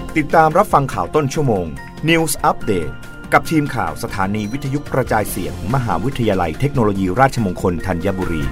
ติดตามรับฟังข่าวต้นชั่วโมง News Update กับทีมข่าวสถานีวิทยุกระจายเสียง มหาวิทยาลัยเทคโนโลยีราชมงคลธัญบุรี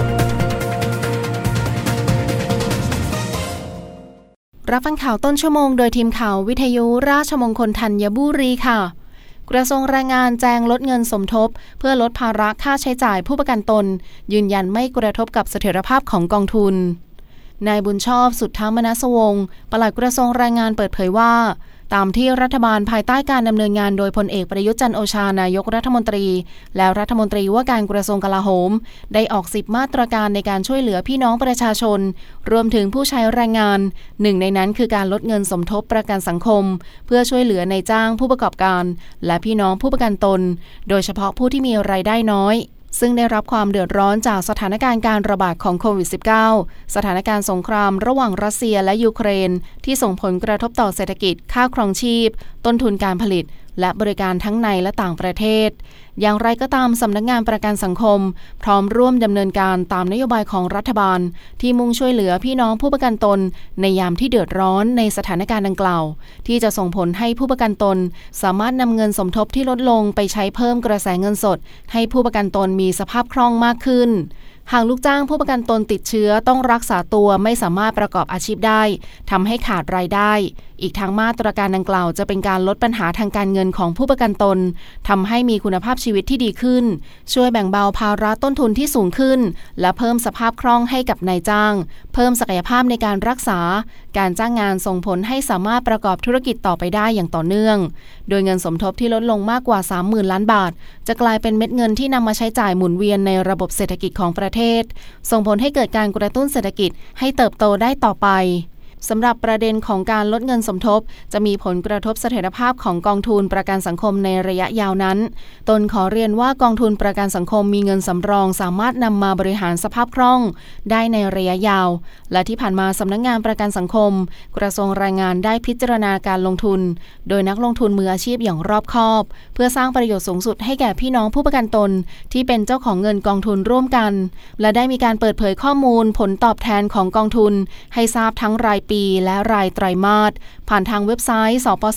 รับฟังข่าวต้นชั่วโมงโดยทีมข่าววิทยุราชมงคลธัญบุรีค่ะกระทรวงแรงงานแจงลดเงินสมทบเพื่อลดภาระค่าใช้จ่ายผู้ประกันตนยืนยันไม่กระทบกับเสถียรภาพของกองทุนนายบุญชอบสุทธมนัสวงศ์ปลัดกระทรวงแรงงานเปิดเผยว่าตามที่รัฐบาลภายใต้การดำเนินงานโดยพลเอกประยุทธ์จันทร์โอชานายกรัฐมนตรีและรัฐมนตรีว่าการกระทรวงกลาโหมได้ออก10มาตรการในการช่วยเหลือพี่น้องประชาชนรวมถึงผู้ใช้แรงงานหนึ่งในนั้นคือการลดเงินสมทบประกันสังคมเพื่อช่วยเหลือในจ้างผู้ประกอบการและพี่น้องผู้ประกันตนโดยเฉพาะผู้ที่มีรายได้น้อยซึ่งได้รับความเดือดร้อนจากสถานการณ์การระบาดของโควิด -19 สถานการณ์สงครามระหว่างรัสเซียและยูเครนที่ส่งผลกระทบต่อเศรษฐกิจค่าครองชีพต้นทุนการผลิตและบริการทั้งในและต่างประเทศอย่างไรก็ตามสำนักงานประกันสังคมพร้อมร่วมดำเนินการตามนโยบายของรัฐบาลที่มุ่งช่วยเหลือพี่น้องผู้ประกันตนในยามที่เดือดร้อนในสถานการณ์ดังกล่าวที่จะส่งผลให้ผู้ประกันตนสามารถนำเงินสมทบที่ลดลงไปใช้เพิ่มกระแสเงินสดให้ผู้ประกันตนมีสภาพคล่องมากขึ้นหากลูกจ้างผู้ประกันตนติดเชื้อต้องรักษาตัวไม่สามารถประกอบอาชีพได้ทำให้ขาดรายได้อีกทั้งมาตรการดังกล่าวจะเป็นการลดปัญหาทางการเงินของผู้ประกันตนทำให้มีคุณภาพชีวิตที่ดีขึ้นช่วยแบ่งเบาภาระต้นทุนที่สูงขึ้นและเพิ่มสภาพคล่องให้กับนายจ้างเพิ่มศักยภาพในการรักษาการจ้างงานส่งผลให้สามารถประกอบธุรกิจต่อไปได้อย่างต่อเนื่องโดยเงินสมทบที่ลดลงมากกว่า 30,000 ล้านบาทจะกลายเป็นเม็ดเงินที่นำมาใช้จ่ายหมุนเวียนในระบบเศรษฐกิจของประเทศส่งผลให้เกิดการกระตุ้นเศรษฐกิจให้เติบโตได้ต่อไปสำหรับประเด็นของการลดเงินสมทบจะมีผลกระทบเสถียรภาพของกองทุนประกันสังคมในระยะยาวนั้นตนขอเรียนว่ากองทุนประกันสังคมมีเงินสำรองสามารถนำมาบริหารสภาพคล่องได้ในระยะยาวและที่ผ่านมาสำนักงานประกันสังคมกระทรวงแรงงานได้พิจารณาการลงทุนโดยนักลงทุนมืออาชีพอย่างรอบคอบเพื่อสร้างประโยชน์สูงสุดให้แก่พี่น้องผู้ประกันตนที่เป็นเจ้าของเงินกองทุนร่วมกันและได้มีการเปิดเผยข้อมูลผลตอบแทนของกองทุนให้ทราบทั้งรายปีและรายไตรมาสผ่านทางเว็บไซต์สปส.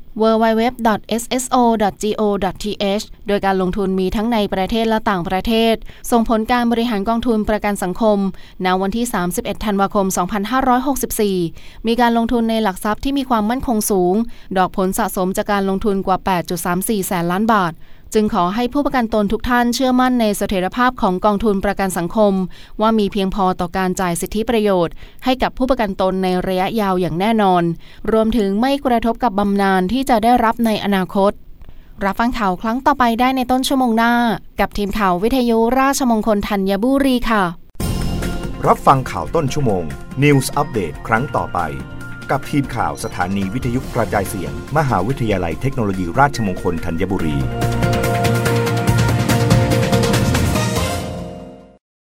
www.sso.go.th โดยการลงทุนมีทั้งในประเทศและต่างประเทศส่งผลการบริหารกองทุนประกันสังคมณวันที่31ธันวาคม2564มีการลงทุนในหลักทรัพย์ที่มีความมั่นคงสูงดอกผลสะสมจากการลงทุนกว่า 8.34 แสนล้านบาทจึงขอให้ผู้ประกันตนทุกท่านเชื่อมั่นในเสถียรภาพของกองทุนประกันสังคมว่ามีเพียงพอต่อการจ่ายสิทธิประโยชน์ให้กับผู้ประกันตนในระยะยาวอย่างแน่นอนรวมถึงไม่กระทบกับบำนาญที่จะได้รับในอนาคตรับฟังข่าวครั้งต่อไปได้ในต้นชั่วโมงหน้ากับทีมข่าววิทยุราชมงคลธัญบุรีค่ะรับฟังข่าวต้นชั่วโมง News Update ครั้งต่อไปกับทีมข่าวสถานีวิทยุกระจายเสียงมหาวิทยาลัยเทคโนโลยีราชมงคลธัญบุรี